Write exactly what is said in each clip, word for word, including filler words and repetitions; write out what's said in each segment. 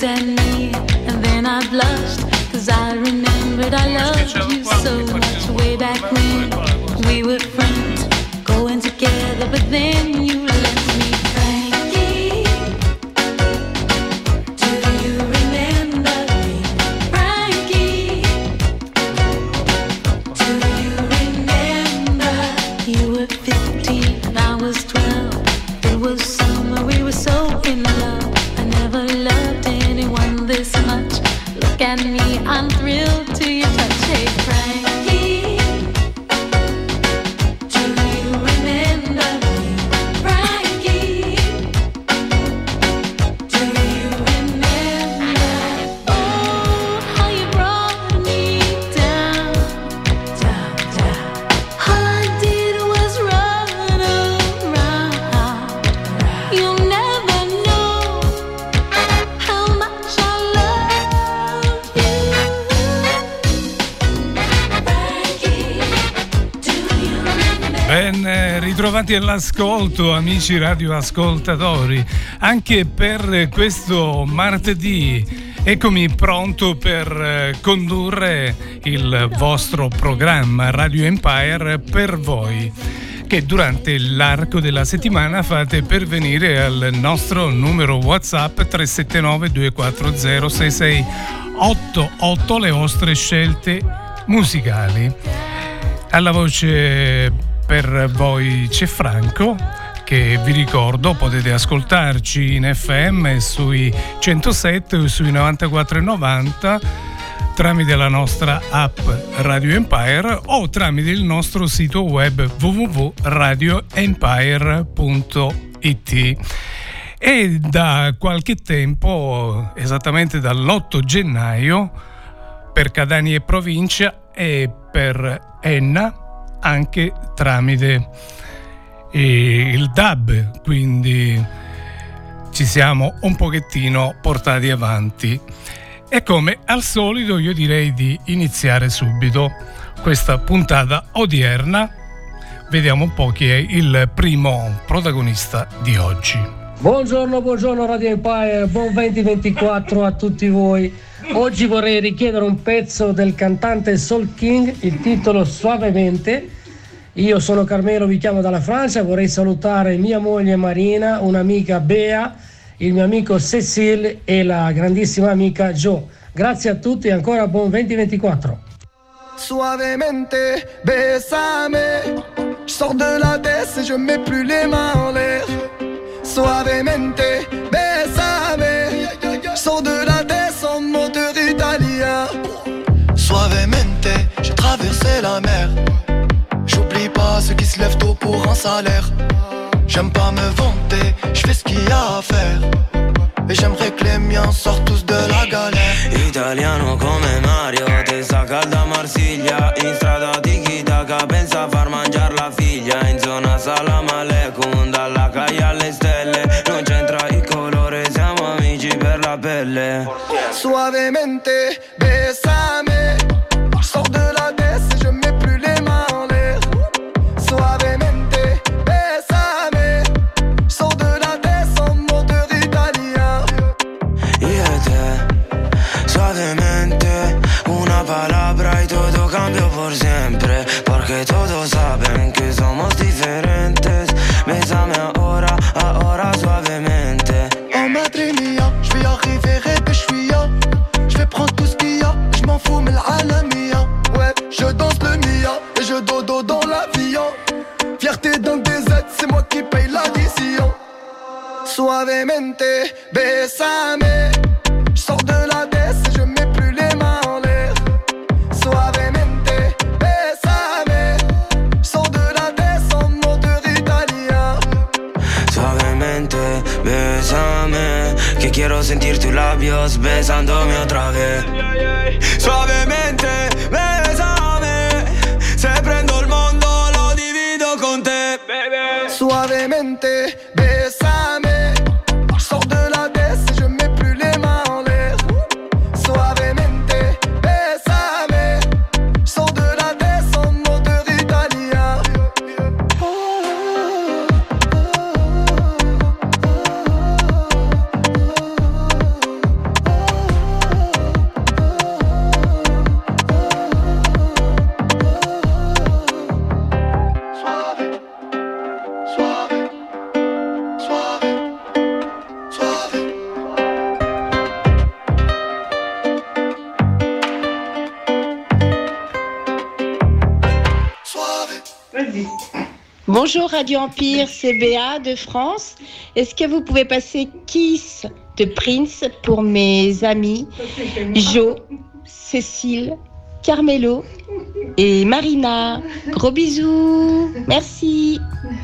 looked at me and then I blushed, cause I remembered I loved you so much way back when we were friends, going together, but then you left me. Frankie, do you remember me? Frankie, do you remember? You were fifteen and I was twelve. It was summer, we were so in love. I never loved anyone this much. Look at me, I'm thrilled to your touch. Hey Frankie, do you remember me? Frankie, do you remember? Oh, how you brought me down, down, down. All I did was run around. You'll never know how much I love you. Frankie, do you remember? Ben ritrovati all'ascolto, amici radioascoltatori, anche per questo martedì. Eccomi pronto per eh, condurre il vostro programma Radio Empire per voi, che durante l'arco della settimana fate pervenire al nostro numero WhatsApp tre sette nove due quattro zero sei sei otto otto le vostre scelte musicali. Alla voce per voi c'è Franco, che vi ricordo potete ascoltarci in F M sui centosette o sui novantaquattro e novanta tramite la nostra app Radio Empire o tramite il nostro sito web w w w punto radio empire punto i t. E da qualche tempo, esattamente dall'otto gennaio, per Catania e provincia e per Enna anche tramite eh, il D A B, quindi ci siamo un pochettino portati avanti. E come al solito io direi di iniziare subito questa puntata odierna. Vediamo un po' chi è il primo protagonista di oggi. Buongiorno, buongiorno Radio Empire, buon duemilaventiquattro a tutti voi. Oggi vorrei richiedere un pezzo del cantante Soul King, il titolo Suavemente. Io sono Carmelo, vi chiamo dalla Francia, vorrei salutare mia moglie Marina, un'amica Bea, il mio amico Cecil e la grandissima amica Jo. Grazie a tutti e ancora buon duemilaventiquattro. Suavemente, besame, je sors de la tête et je mets plus les mains en l'air. Suavemente, besame, je sors de la tête en moteur italien. Suavemente, j'ai traversé la mer. J'oublie pas ceux qui se lèvent tôt pour un salaire. J'aime pas me vanter, je fais ce qu'il y a à faire. Et j'aimerais que les miens sortent tous de la galère. Italiano come Mario, testa calda Marsiglia. In strada tiki-taka, pensa a far mangiare la figlia. In zona salam aleikum, dalla caia alle stelle. Non c'entra il colore, siamo amici per la pelle. Suavemente, besame, je sors de la tête et je mets plus les mains en l'air. Suavemente, besame, je sors de la tête en moteur italien. Io e te, suavemente, una palabra y todo cambio por siempre. Porque todos saben que somos diferentes. Bésame ahora, ahora suavemente. Oh madre mia, je vais arriver et que je suis là. Je vais prendre tout ce qu'il y a, je m'en fous mais l'Alamia. Ouais, je danse le Mia et je dodo dans l'avion. Fierté d'un D Z, c'est moi qui paye l'addition. Suavemente, besame, je sors de la tête et je mets plus les mains en l'air. Suavemente, besame, je sors de la tête en moteur italien. Suavemente, bésame, que quiero sentir tus labios besándome otra vez. Suavemente, bésame, se prendo il mondo lo divido con te, baby. Suavemente, besame, je sors de la tête et je mets plus les mains en l'air. Suavemente, besame, je sors de la tête en moteur italien. Bonjour Radio Empire, c'est Béa de France. Est-ce que vous pouvez passer Kiss de Prince pour mes amis Jo, Cécile, Carmelo et Marina? Gros bisous, merci.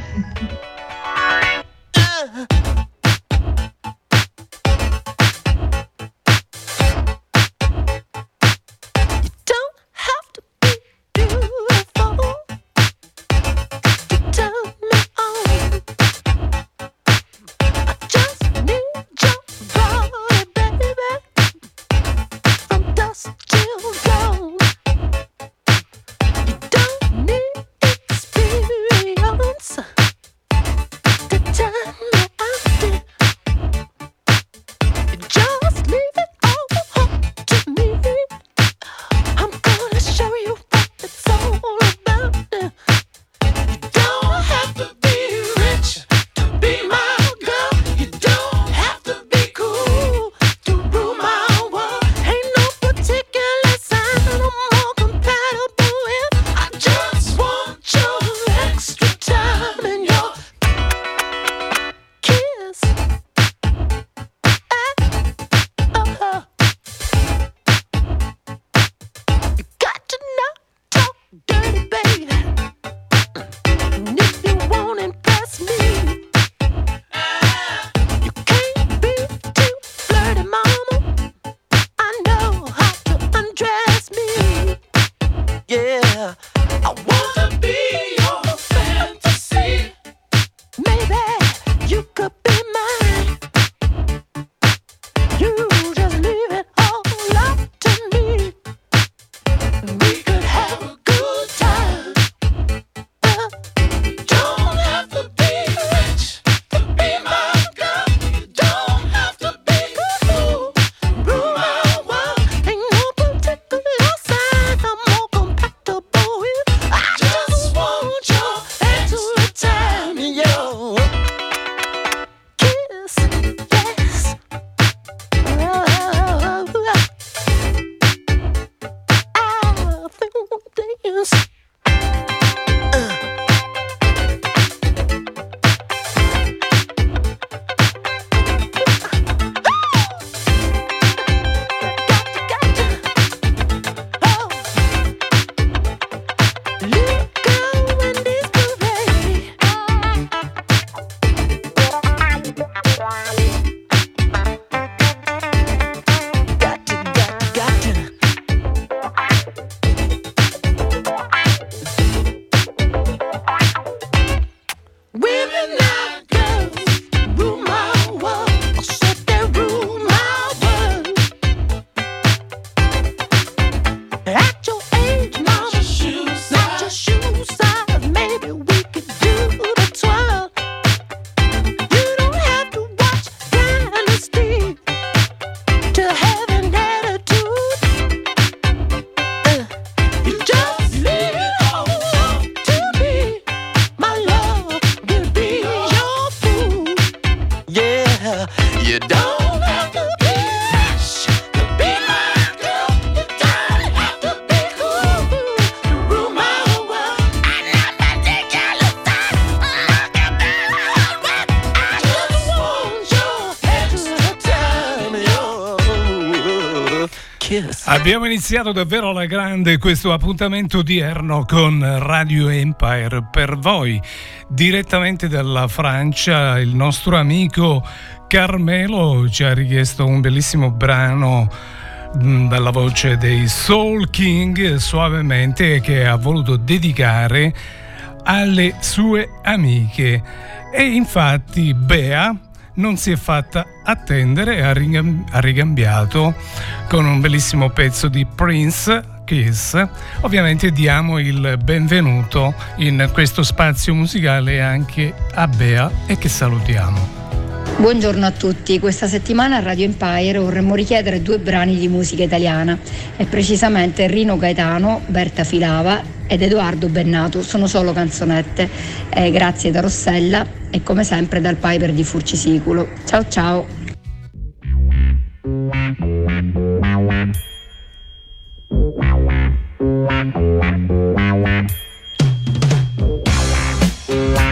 Abbiamo iniziato davvero alla grande questo appuntamento odierno con Radio Empire per voi, direttamente dalla Francia. Il nostro amico Carmelo ci ha richiesto un bellissimo brano dalla voce dei Soul King, Suavemente, che ha voluto dedicare alle sue amiche. E infatti Bea non si è fatta attendere, ha ricambiato con un bellissimo pezzo di Prince, Kiss. Ovviamente diamo il benvenuto in questo spazio musicale anche a Bea, e che salutiamo. Buongiorno a tutti, questa settimana a Radio Empire vorremmo richiedere due brani di musica italiana, e precisamente Rino Gaetano, Berta Filava ed Edoardo Bennato. Sono solo canzonette, eh, grazie da Rossella e come sempre dal Piper di Furcisiculo. Ciao ciao. Wow.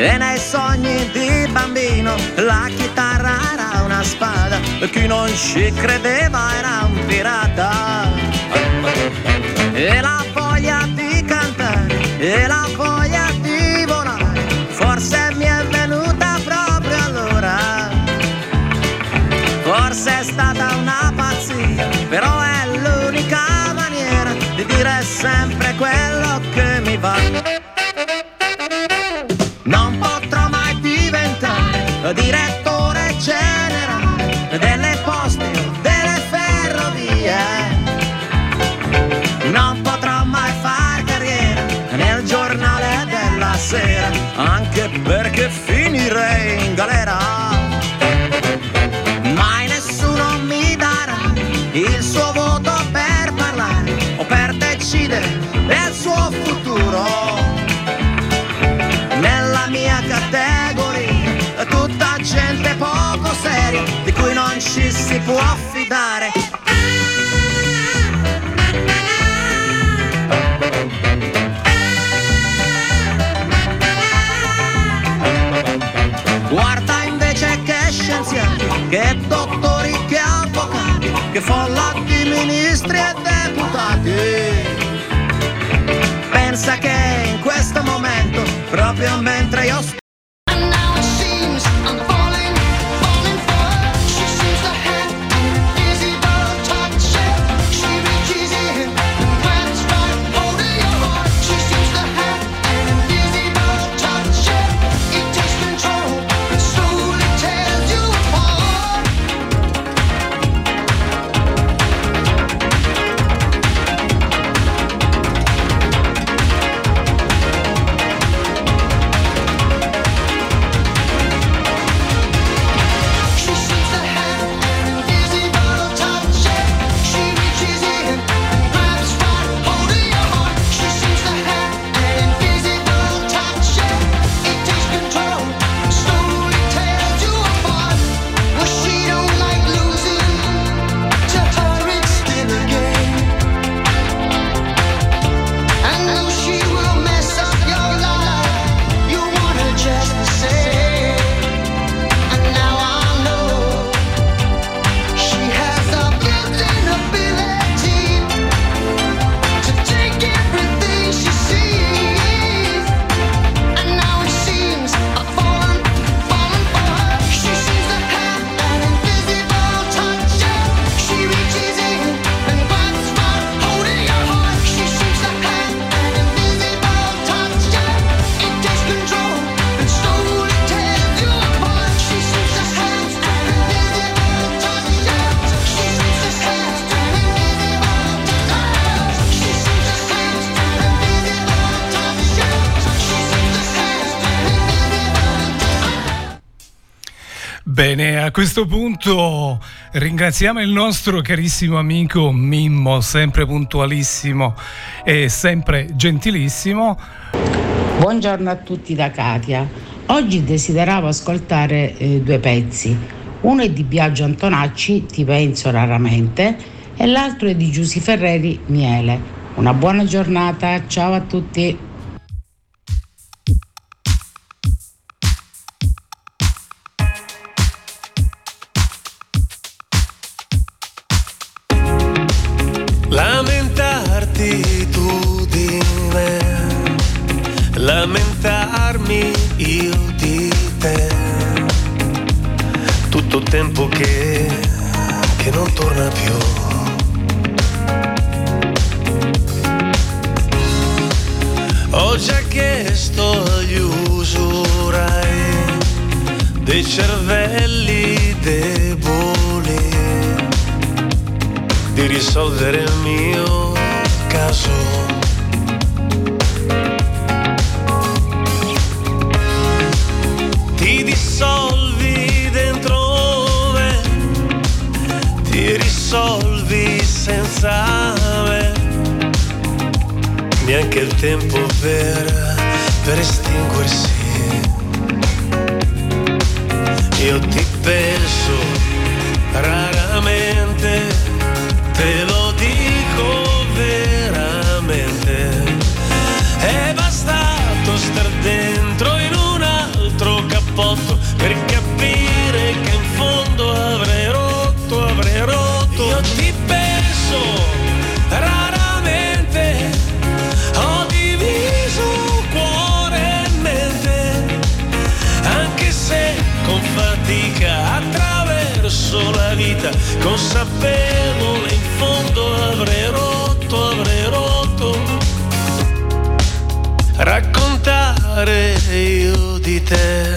E nei sogni di bambino la chitarra era una spada, e chi non ci credeva era un pirata. E la voglia di cantare, e la voglia di volare, forse mi è venuta proprio allora. Forse è stata una pazzia, però è l'unica maniera di dire sempre quello che mi va. Non potrò mai diventare direttore generale delle poste o delle ferrovie. Non potrò mai far carriera nel giornale della sera, anche perché finirei in galera. Mai nessuno mi darà il suo voto per parlare o per decidere del suo futuro. Nella mia categoria tutta gente poco seria, di cui non ci si può fidare. Guarda invece che scienziati, che dottori, che avvocati, che folla di ministri e deputati. Pensa che in questo momento, proprio mentre io sto Bene, a questo punto ringraziamo il nostro carissimo amico Mimmo, sempre puntualissimo e sempre gentilissimo. Buongiorno a tutti da Katia. Oggi desideravo ascoltare eh, due pezzi. Uno è di Biagio Antonacci, Ti penso raramente, e l'altro è di Giusy Ferreri, Miele. Una buona giornata, ciao a tutti. Lamentarti tu di me, lamentarmi io di te, tutto tempo che, che non torna più. Ho già chiesto agli usurai dei cervelli deboli di risolvere il mio caso. Ti dissolvi dentro me, ti risolvi senza me, neanche il tempo per, per estinguersi. Io ti penso raramente, te lo dico veramente, è bastato star dentro in una fatica attraverso la vita, consapevole in fondo avrei rotto, avrei rotto. Raccontare io di te,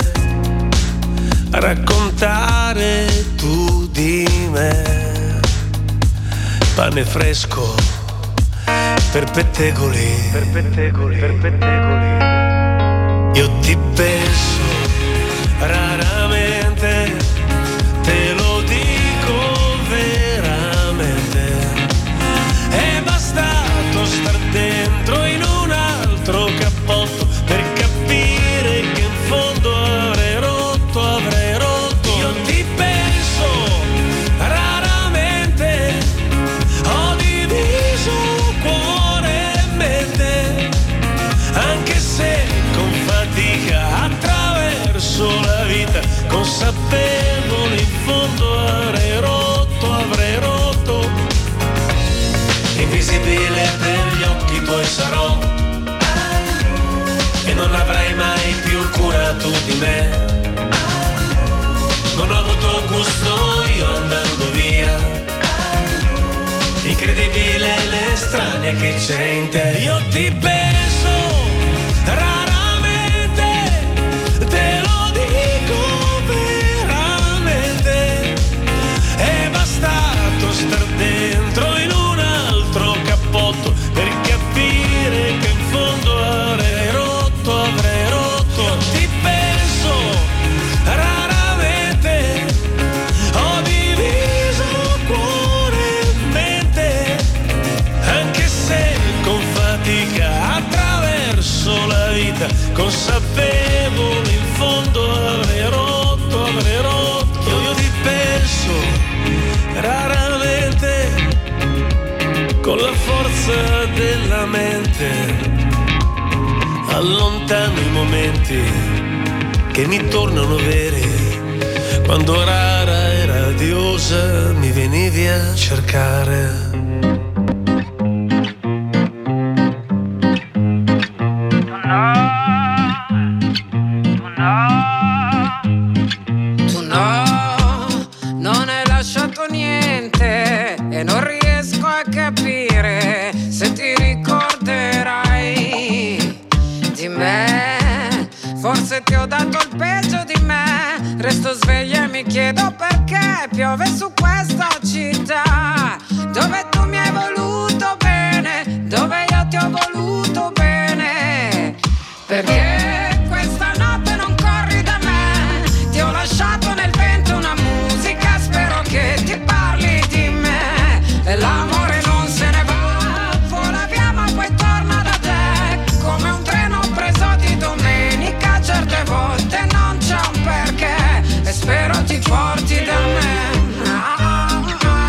raccontare tu di me. Pane fresco per pettegoli, per pettegoli, per pettegoli. Io ti penso raramente, te lo dico veramente. È bastato star dentro in un altro cappotto per capire che in fondo avrei rotto, avrei rotto. Io ti penso raramente, ho diviso cuore e mente, anche se con fatica attraverso la vita, consapevole in fondo avrei rotto, avrei rotto. Invisibile per gli occhi tuoi sarò, e non avrai mai più cura tu di me. Non ho avuto gusto io andando via, incredibile l'estranea che c'è in te. Io ti penso raramente, te lo dico veramente. È bastato star dentro in un altro cappotto per capire che in fondo avrei rotto, avrei rotto. Io ti penso raramente, ho diviso cuore e mente, anche se con fatica attraverso la vita, consapevole in fondo avrei rotto, avrei rotto. Io ti penso raramente, con la forza della mente, allontano i momenti che mi tornano veri. Quando rara e radiosa mi venivi a cercare. Tu no, non hai lasciato niente e non riesco a capire se ti ricorderai di me. Forse ti ho dato il peggio di me, resto sveglia e mi chiedo perché piove su questa città, dove tu mi hai voluto bene, dove io ti ho voluto bene. Perché questa notte non corri da me, ti ho lasciato nel vento una musica, spero che ti parli di me. E l'amore non se ne va, vola via ma poi torna da te, come un treno preso di domenica, certe volte non c'è un perché, e spero ti porti da me. Ah, ah,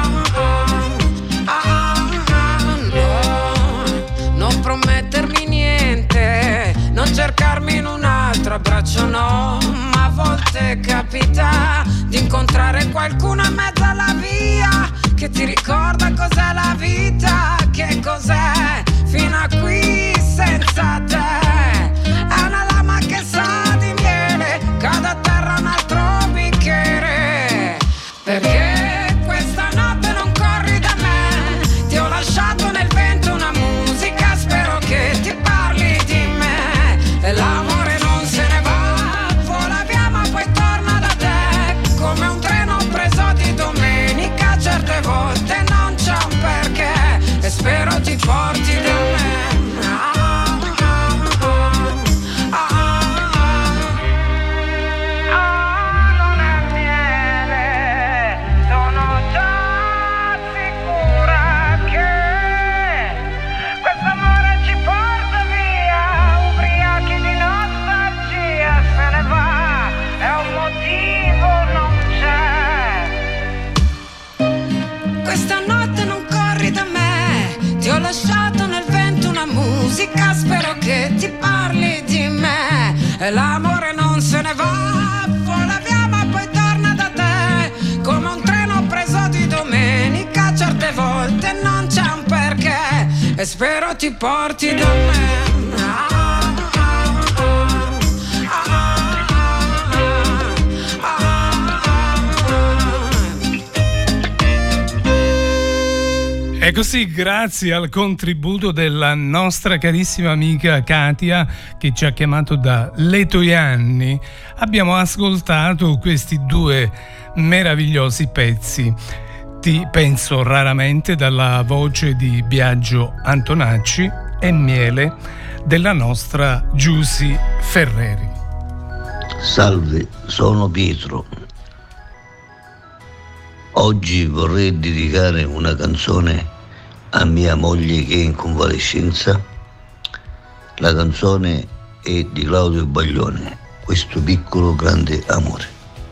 ah, ah, no, non promettermi niente, non cercarmi in un altro abbraccio, no, ma a volte capita di incontrare qualcuno in mezzo alla via che ti ricorda cos'è la vita, che cos'è fino a qui senza te. È una lama che sa di miele, cade a terra un altro bicchiere. Perché questa notte non corri da me, ti ho lasciato nel vento una musica, spero che ti parli di me. E l'amore non se ne va, vola via ma poi torna da te, come un treno preso di domenica, certe volte non c'è un perché, e spero ti porti da me. Ah, ah, ah, ah, ah. Ah, non è miele, sono già sicura che questo amore ci porta via, ubriachi di nostalgia, se ne va, e un motivo non c'è. Questa notte non corri da me, ti ho lasciato nel vento una musica, spero che ti parli di me. E l'amore non se ne va, vola via ma poi torna da te, come un treno preso di domenica, certe volte non c'è un perché, e spero ti porti da me. Ah, ah, ah, ah, ah, ah, ah, ah. E così, grazie al contributo della nostra carissima amica Katia, che ci ha chiamato da Letojanni, abbiamo ascoltato questi due meravigliosi pezzi. Ti penso raramente, dalla voce di Biagio Antonacci, e Miele della nostra Giusy Ferreri. Salve, sono Pietro. Oggi vorrei dedicare una canzone a mia moglie che è in convalescenza. La canzone è di Claudio Baglione, Questo piccolo grande amore.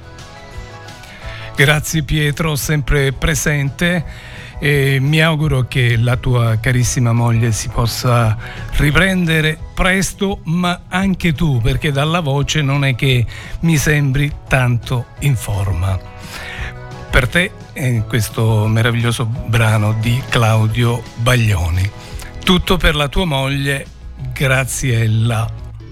Grazie Pietro, sempre presente, e mi auguro che la tua carissima moglie si possa riprendere presto, ma anche tu, perché dalla voce non è che mi sembri tanto in forma. Per te è questo meraviglioso brano di Claudio Baglioni. Tutto per la tua moglie, Graziella.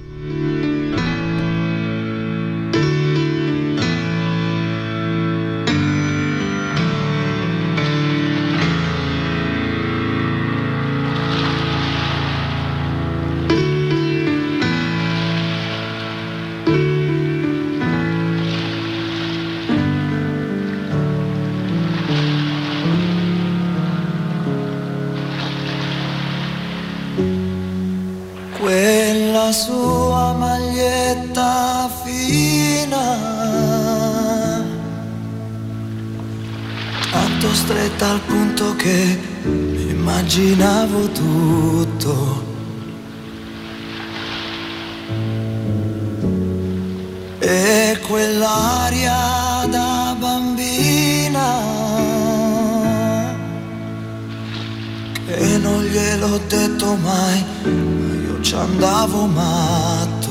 Quella sua maglietta fina, tanto stretta al punto che immaginavo tutto. E quell'aria da bambina che non gliel'ho detto mai, ci andavo matto.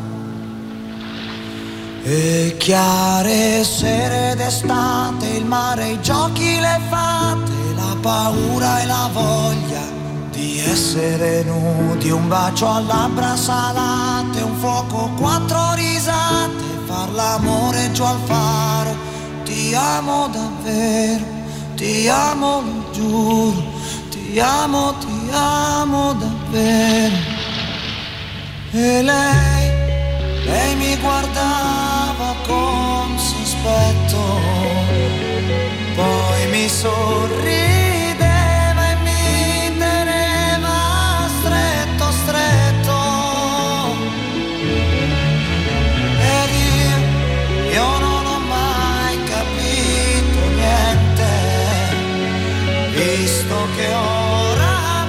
E chiare sere d'estate, il mare, i giochi, le fate, la paura e la voglia di essere nudi, un bacio a labbra salate, un fuoco, quattro risate, far l'amore giù al faro. Ti amo davvero, ti amo, lo giuro, ti amo, ti amo davvero. E lei, lei mi guardava con sospetto, poi mi sorrideva e mi teneva stretto, stretto. Ed io, io non ho mai capito niente, visto che ora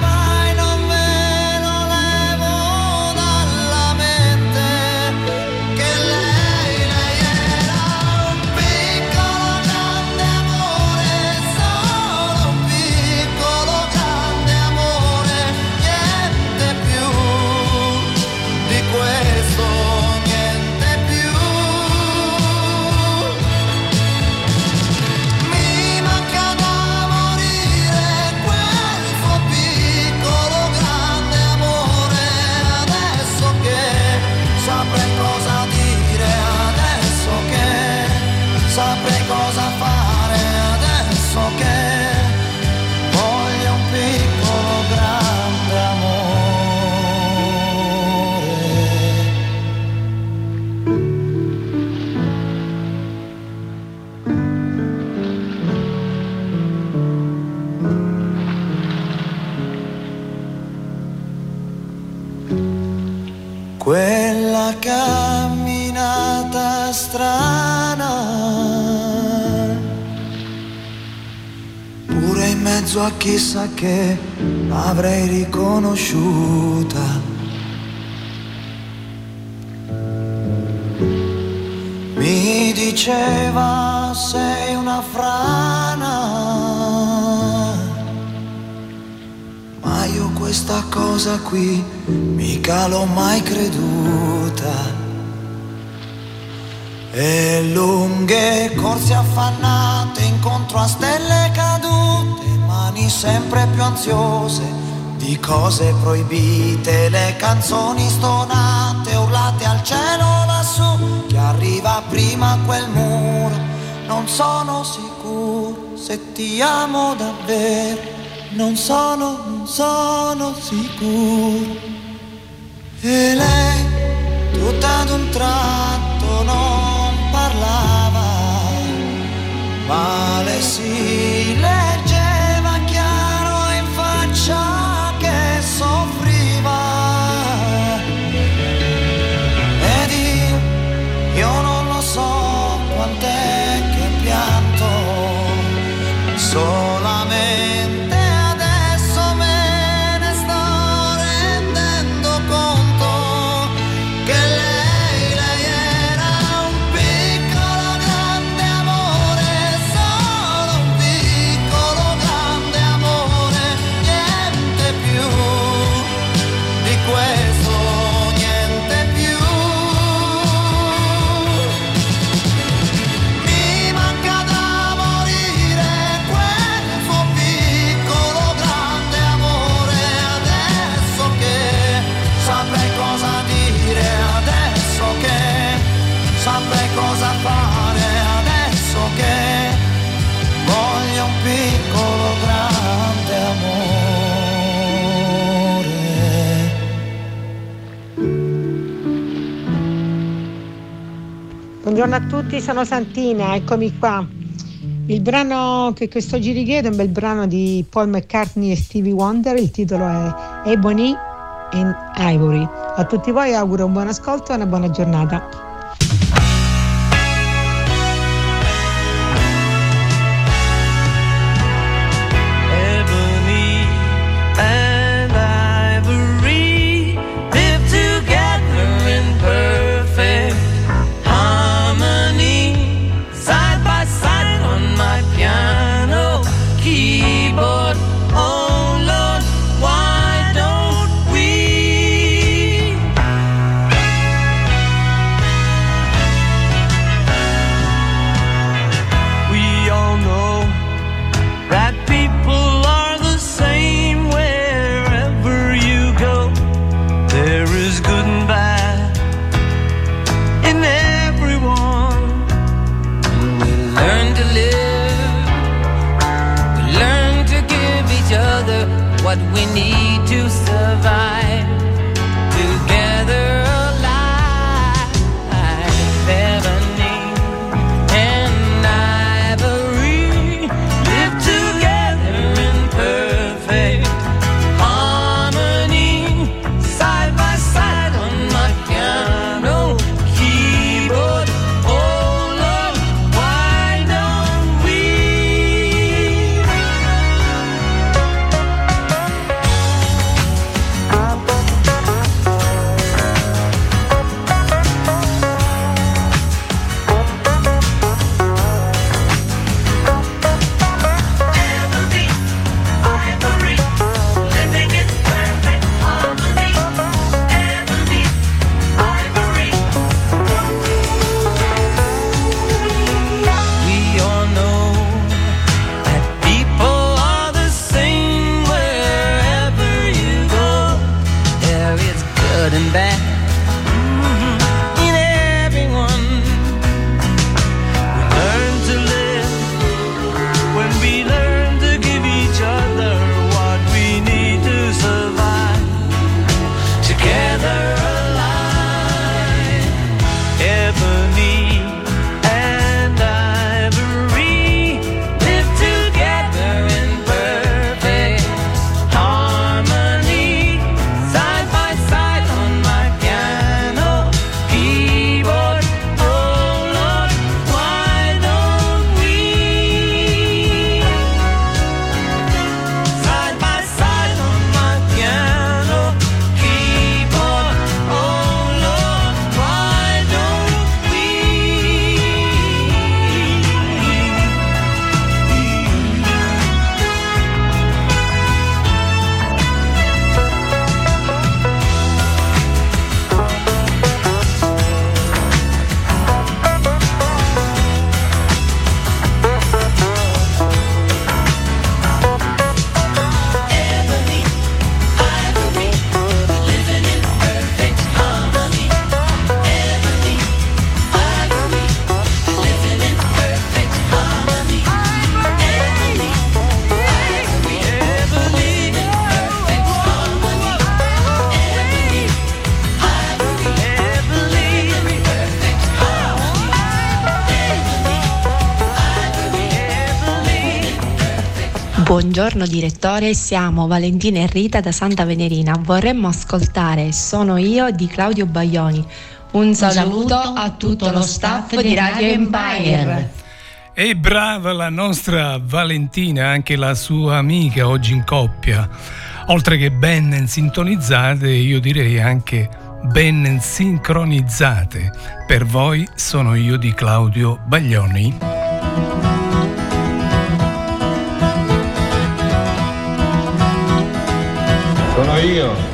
quella camminata strana, pure in mezzo a chissà che avrei riconosciuta. Mi diceva sei una frana, ma io questa cosa qui mica l'ho mai creduta. E lunghe corse affannate incontro a stelle cadute, mani sempre più ansiose di cose proibite, le canzoni stonate urlate al cielo lassù, che arriva prima quel muro. Non sono sicuro se ti amo davvero, non sono, non sono sicuro. E lei tutta ad un tratto non parlava, ma le si leggeva chiaro in faccia che soffriva. Ed io, io non lo so quant'è che pianto, solamente adesso me ne sto rendendo conto che lei, lei era un piccolo grande amore, solo un piccolo grande amore, niente più di questo, niente più. Mi manca da morire quel suo piccolo grande amore, adesso che saprei cosa dire, adesso che saprei cosa fare, adesso che voglio un piccolo grande amore. Buongiorno a tutti, sono Santina, eccomi qua. Il brano che quest'oggi richiedo è un bel brano di Paul McCartney e Stevie Wonder, il titolo è Ebony and Ivory. A tutti voi auguro un buon ascolto e una buona giornata. Ebony and ivory live together in perfect harmony, side by side on my piano keyboard. Oh Lord, why don't we? Buongiorno direttore, siamo Valentina e Rita da Santa Venerina. Vorremmo ascoltare Sono io di Claudio Baglioni. Un saluto a tutto lo staff di Radio Empire. E brava la nostra Valentina, anche la sua amica oggi in coppia. Oltre che ben sintonizzate, io direi anche ben sincronizzate. Per voi Sono io di Claudio Baglioni. Sono io.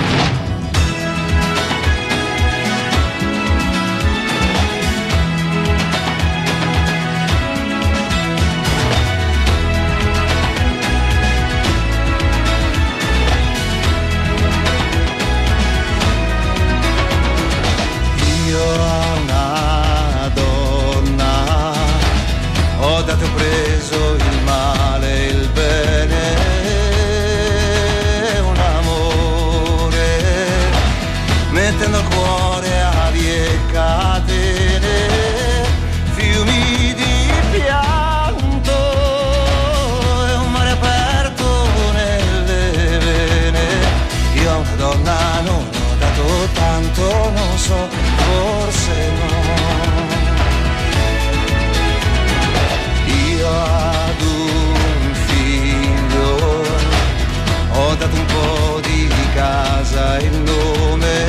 Il nome,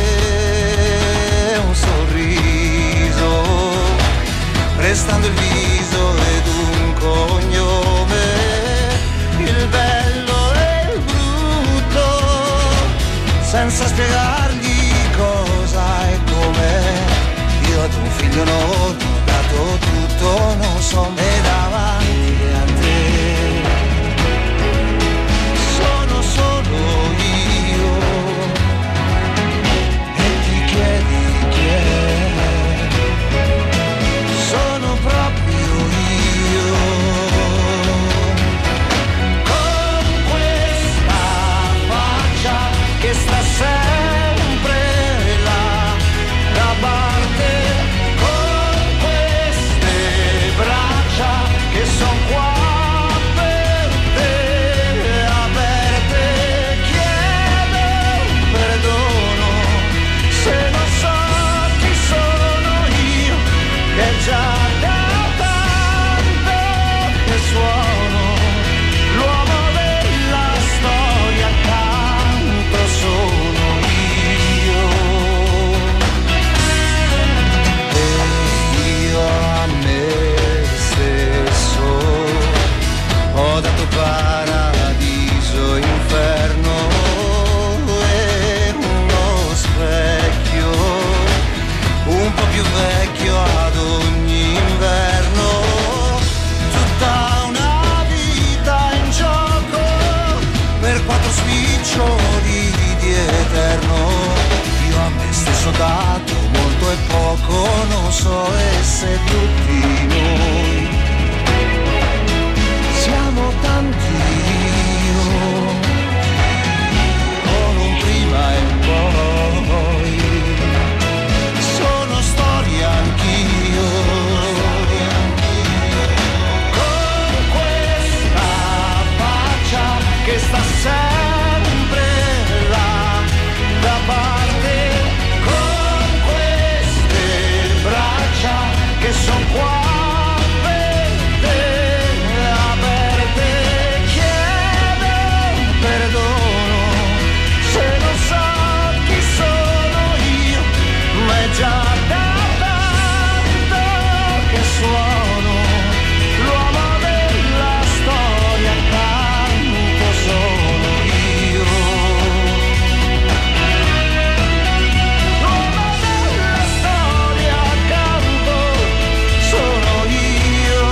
un sorriso, prestando il viso ed un cognome, il bello e il brutto, senza spiegargli cosa e com'è. Io ad un figlio non ho dato tutto, non so me davanti a te. Sono solo io. Chiedi chi è, sono proprio io, con questa faccia che sta sempre là da parte, con queste braccia che son qua per te, aperte, chiedo perdono. Se non so chi sono io, che già da tanto che suono, l'uomo della storia accanto sono io. E io a me stesso ho dato paradiso, inferno e uno specchio un po' più vecchio ad ogni inverno, tutta una vita in gioco per quattro spiccioli di eterno. Io a me stesso ho dato molto e poco, non so e se tutti noi siamo tanti io, con un prima e un poi. Sono storia anch'io, con questa faccia che sta sempre là da parte, con queste braccia che son qua per te, aperte, chiedo perdono. Se non so chi sono io, ma è già da tanto che suono, l'uomo della storia accanto sono io. L'uomo della storia accanto sono io.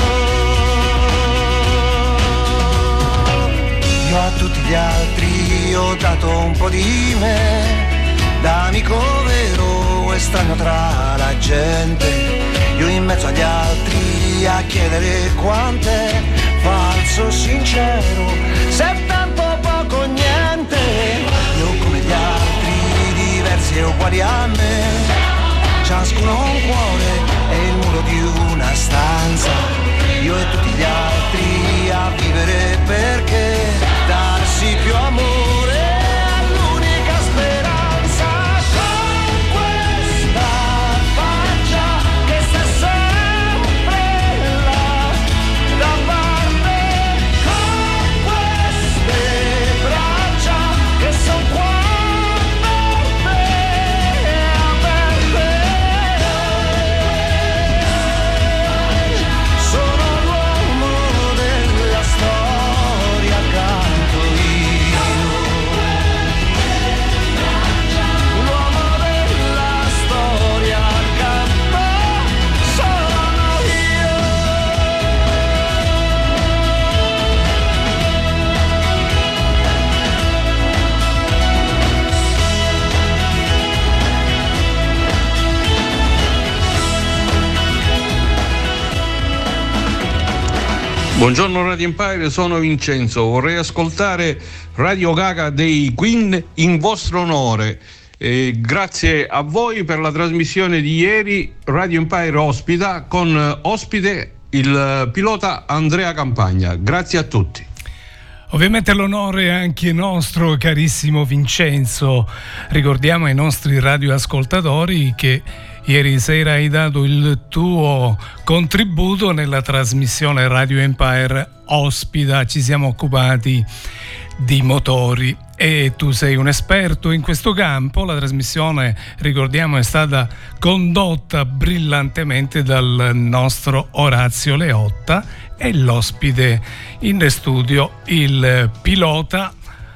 Io a tutti gli altri ho dato un po' di me, da amico vero, estraneo tra la gente. Io in mezzo agli altri a chiedere quant'è falso, sincero, se tanto poco niente. Io come gli altri, diversi e uguali a me, ciascuno un cuore e il muro di una stanza. Io e tutti gli altri a vivere per Buongiorno Radio Empire, sono Vincenzo, vorrei ascoltare Radio Gaga dei Queen in vostro onore. Eh, grazie a voi per la trasmissione di ieri. Radio Empire ospita con ospite il pilota Andrea Campagna. Grazie a tutti. Ovviamente l'onore è anche nostro, carissimo Vincenzo. Ricordiamo ai nostri radioascoltatori che ieri sera hai dato il tuo contributo nella trasmissione Radio Empire ospita. Ci siamo occupati di motori e tu sei un esperto in questo campo. La trasmissione, ricordiamo, è stata condotta brillantemente dal nostro Orazio Leotta e l'ospite in studio, il pilota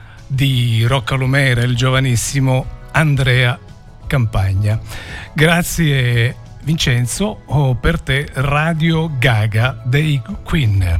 di Roccalumera, il giovanissimo Andrea Campagna. Grazie Vincenzo. Oh, per te Radio Gaga dei Queen.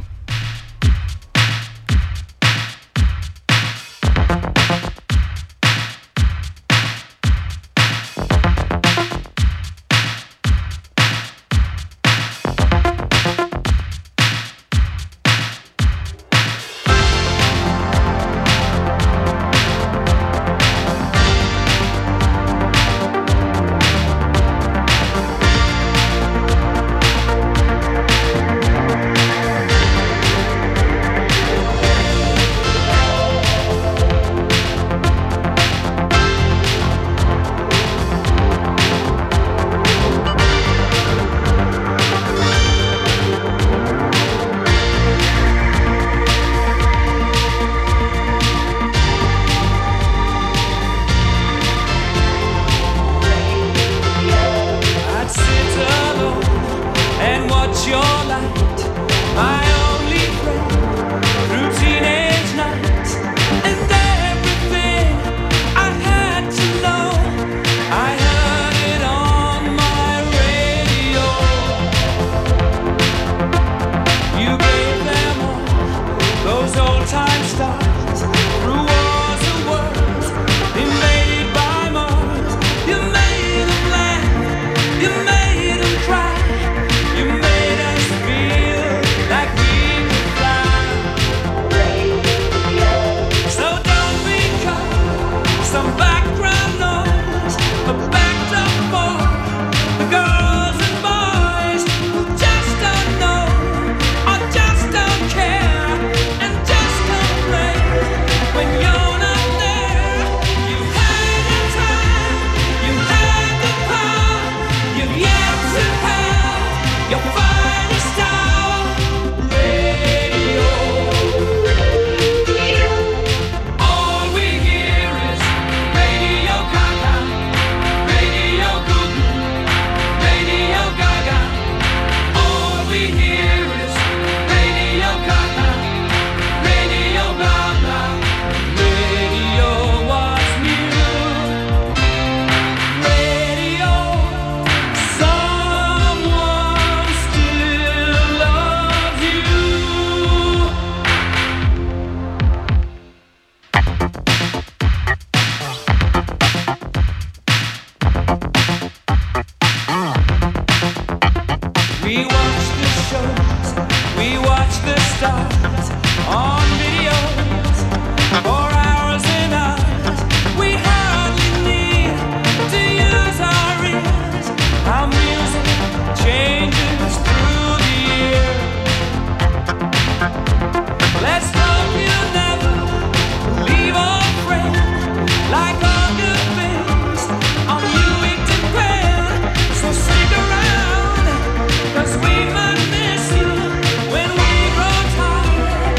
Cause we might miss you when we grow tired.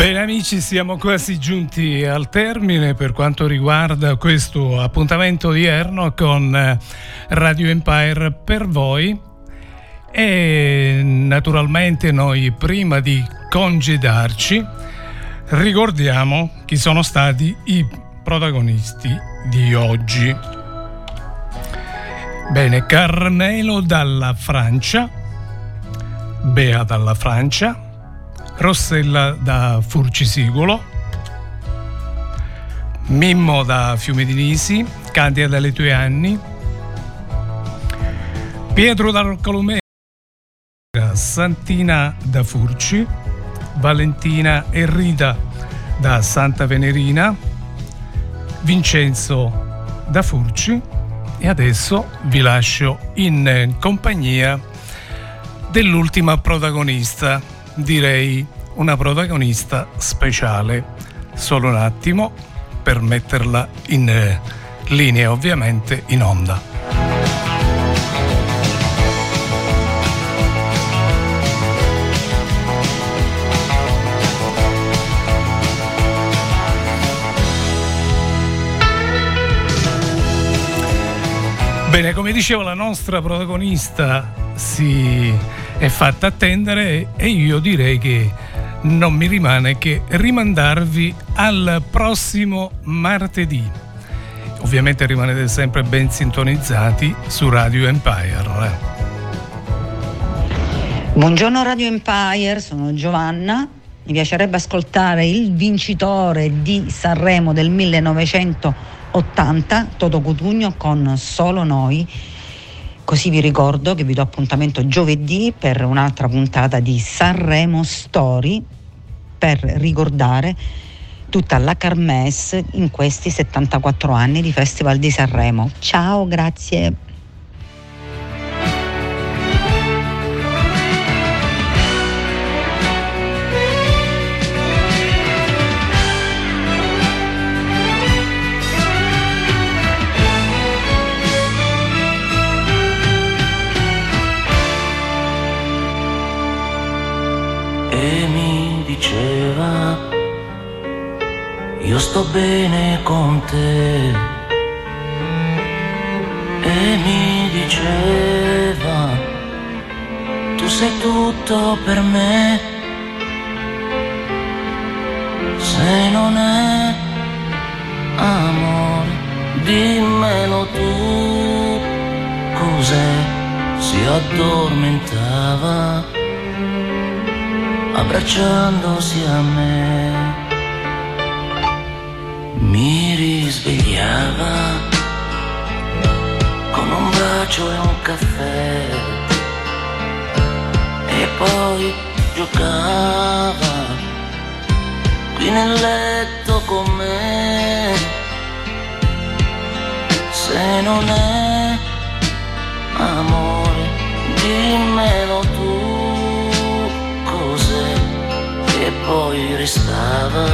Bene amici, siamo quasi giunti al termine per quanto riguarda questo appuntamento odierno con Radio Empire per voi, e naturalmente noi prima di congedarci ricordiamo chi sono stati i protagonisti di oggi. Bene, Carmelo dalla Francia, Bea dalla Francia, Rossella da Furcisiguolo, Mimmo da Fiume di Nisi, Candia dalle Tue Anni, Pietro da Roccalumera, Santina da Furci, Valentina e Rita da Santa Venerina, Vincenzo da Furci, e adesso vi lascio in compagnia dell'ultima protagonista, direi una protagonista speciale. Solo un attimo per metterla in linea, ovviamente in onda. Bene, come dicevo, la nostra protagonista si è fatta attendere e io direi che non mi rimane che rimandarvi al prossimo martedì. Ovviamente rimanete sempre ben sintonizzati su Radio Empire. Buongiorno Radio Empire, sono Giovanna. Mi piacerebbe ascoltare il vincitore di Sanremo del millenovecentottanta, Toto Cutugno, con Solo Noi. Così vi ricordo che vi do appuntamento giovedì per un'altra puntata di Sanremo Story, per ricordare tutta la kermesse in questi settantaquattro anni di Festival di Sanremo. Ciao, grazie. E mi diceva, io sto bene con te. E mi diceva, tu sei tutto per me. Se non è amore, dimmelo tu. Cos'è? Si addormentava abbracciandosi a me, mi risvegliava con un bacio e un caffè, e poi giocava qui nel letto con me. Se non è amore, dimmelo tu. E poi restava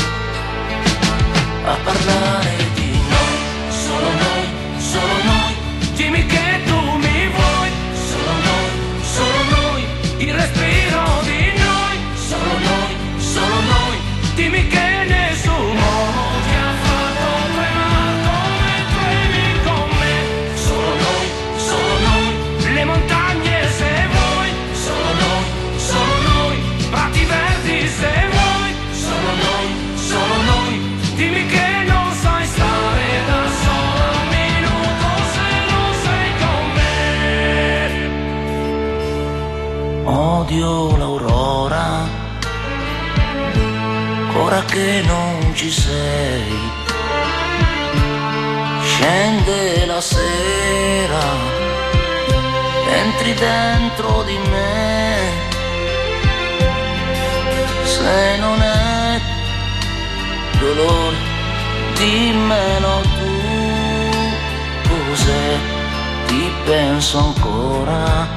a parlare di noi, solo noi, solo noi. Dimmi che tu mi vuoi, solo noi, solo noi. Il respiro di noi, solo noi, solo noi. Dimmi che nessuno ti ha fatto tremare come tremi con me. Solo noi, solo noi. Le montagne se vuoi, solo noi, solo noi. Prati verdi se vuoi, solo noi, solo noi. Dimmi che non sai stare da solo un minuto se non sei con me. Odio l'aurora, ora che non ci sei. Scende la sera, entri dentro di me. Se non è dolore, dimmelo tu. Cos'è? Ti penso ancora,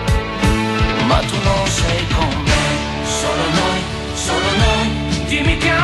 ma tu non sei con me. Solo noi, solo noi. Dimmi che